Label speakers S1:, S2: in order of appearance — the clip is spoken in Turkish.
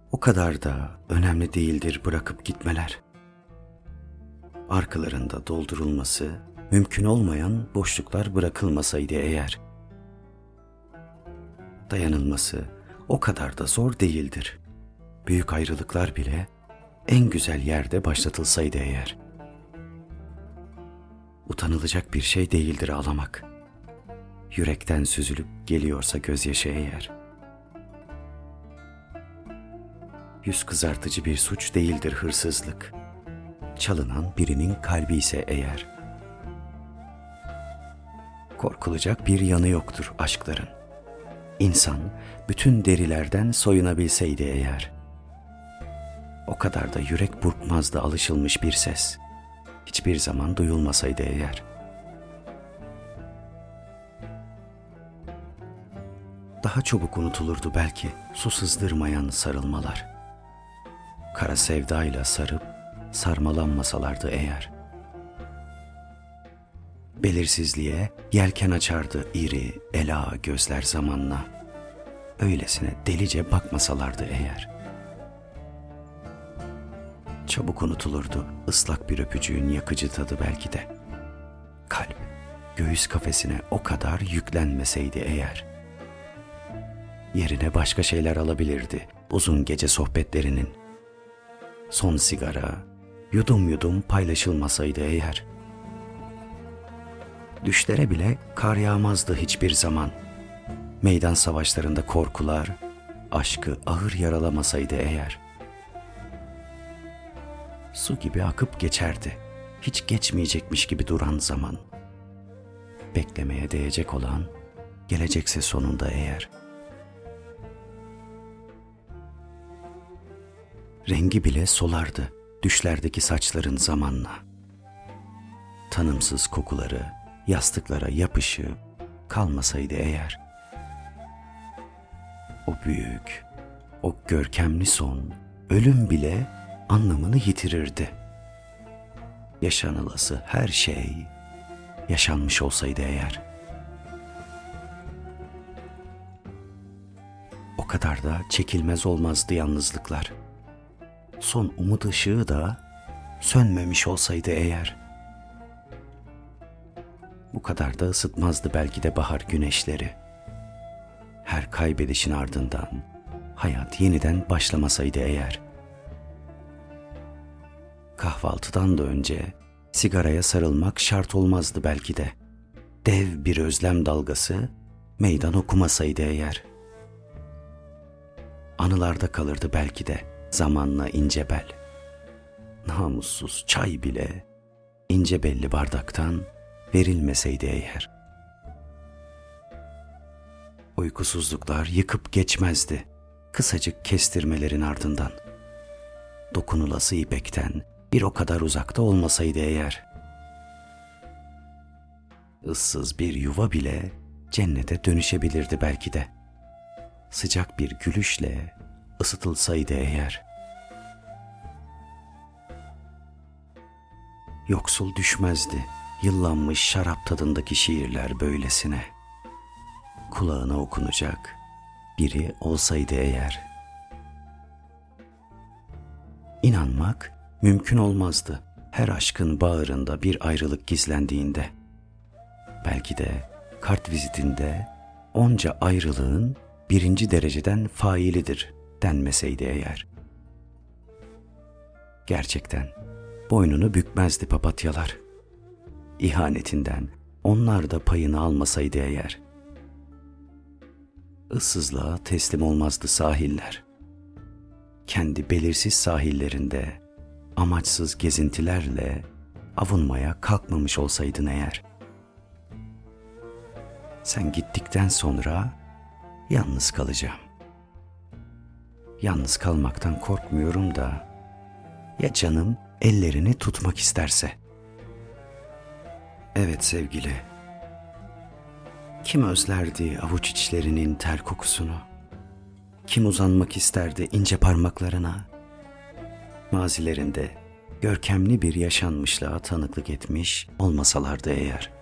S1: O kadar da önemli değildir bırakıp gitmeler. Arkalarında doldurulması mümkün olmayan boşluklar bırakılmasaydı eğer. Dayanılması o kadar da zor değildir. Büyük ayrılıklar bile en güzel yerde başlatılsaydı eğer. Utanılacak bir şey değildir ağlamak. Yürekten süzülüp geliyorsa gözyaşı eğer. Yüz kızartıcı bir suç değildir hırsızlık. Çalınan birinin kalbi ise eğer. Korkulacak bir yanı yoktur aşkların. İnsan bütün derilerden soyunabilseydi eğer. O kadar da yürek burkmazdı alışılmış bir ses. Hiçbir zaman duyulmasaydı eğer. Daha çabuk unutulurdu belki su sızdırmayan sarılmalar. Kara sevdayla sarıp sarmalanmasalardı eğer. Belirsizliğe yelken açardı iri, ela gözler zamanla. Öylesine delice bakmasalardı eğer. Çabuk unutulurdu ıslak bir öpücüğün yakıcı tadı belki de. Kalp, göğüs kafesine o kadar yüklenmeseydi eğer. Yerine başka şeyler alabilirdi uzun gece sohbetlerinin. Son sigara, yudum yudum paylaşılmasaydı eğer. Düşlere bile kar yağmazdı hiçbir zaman. Meydan savaşlarında korkular, aşkı ağır yaralamasaydı eğer. Su gibi akıp geçerdi, hiç geçmeyecekmiş gibi duran zaman. Beklemeye değecek olan, gelecekse sonunda eğer. Rengi bile solardı düşlerdeki saçların zamanla. Tanımsız kokuları yastıklara yapışıp kalmasaydı eğer. O büyük, o görkemli son, ölüm bile anlamını yitirirdi. Yaşanılası her şey yaşanmış olsaydı eğer. O kadar da çekilmez olmazdı yalnızlıklar. Son umut ışığı da sönmemiş olsaydı eğer. Bu kadar da ısıtmazdı belki de bahar güneşleri. Her kaybedişin ardından hayat yeniden başlamasaydı eğer. Kahvaltıdan da önce sigaraya sarılmak şart olmazdı belki de. Dev bir özlem dalgası meydan okumasaydı eğer. Anılarda kalırdı belki de zamanla ince bel. Namussuz çay bile ince belli bardaktan verilmeseydi eğer. Uykusuzluklar yıkıp geçmezdi kısacık kestirmelerin ardından. Dokunulası ipekten bir o kadar uzakta olmasaydı eğer. Issız bir yuva bile cennete dönüşebilirdi belki de. Sıcak bir gülüşle ısıtılsaydı eğer. Yoksul düşmezdi yıllanmış şarap tadındaki şiirler böylesine. Kulağına okunacak biri olsaydı eğer. İnanmak mümkün olmazdı her aşkın bağrında bir ayrılık gizlendiğinde. Belki de kart vizitinde onca ayrılığın birinci dereceden failidir denmeseydi eğer. Gerçekten boynunu bükmezdi papatyalar. İhanetinden onlar da payını almasaydı eğer. Issızlığa teslim olmazdı sahiller. Kendi belirsiz sahillerinde amaçsız gezintilerle avunmaya kalkmamış olsaydın eğer. Sen gittikten sonra yalnız kalacağım. Yalnız kalmaktan korkmuyorum da ya canım ellerini tutmak isterse. Evet sevgili, kim özlerdi avuç içlerinin ter kokusunu? Kim uzanmak isterdi ince parmaklarına? Mazilerinde görkemli bir yaşanmışlığa tanıklık etmiş olmasalardı eğer.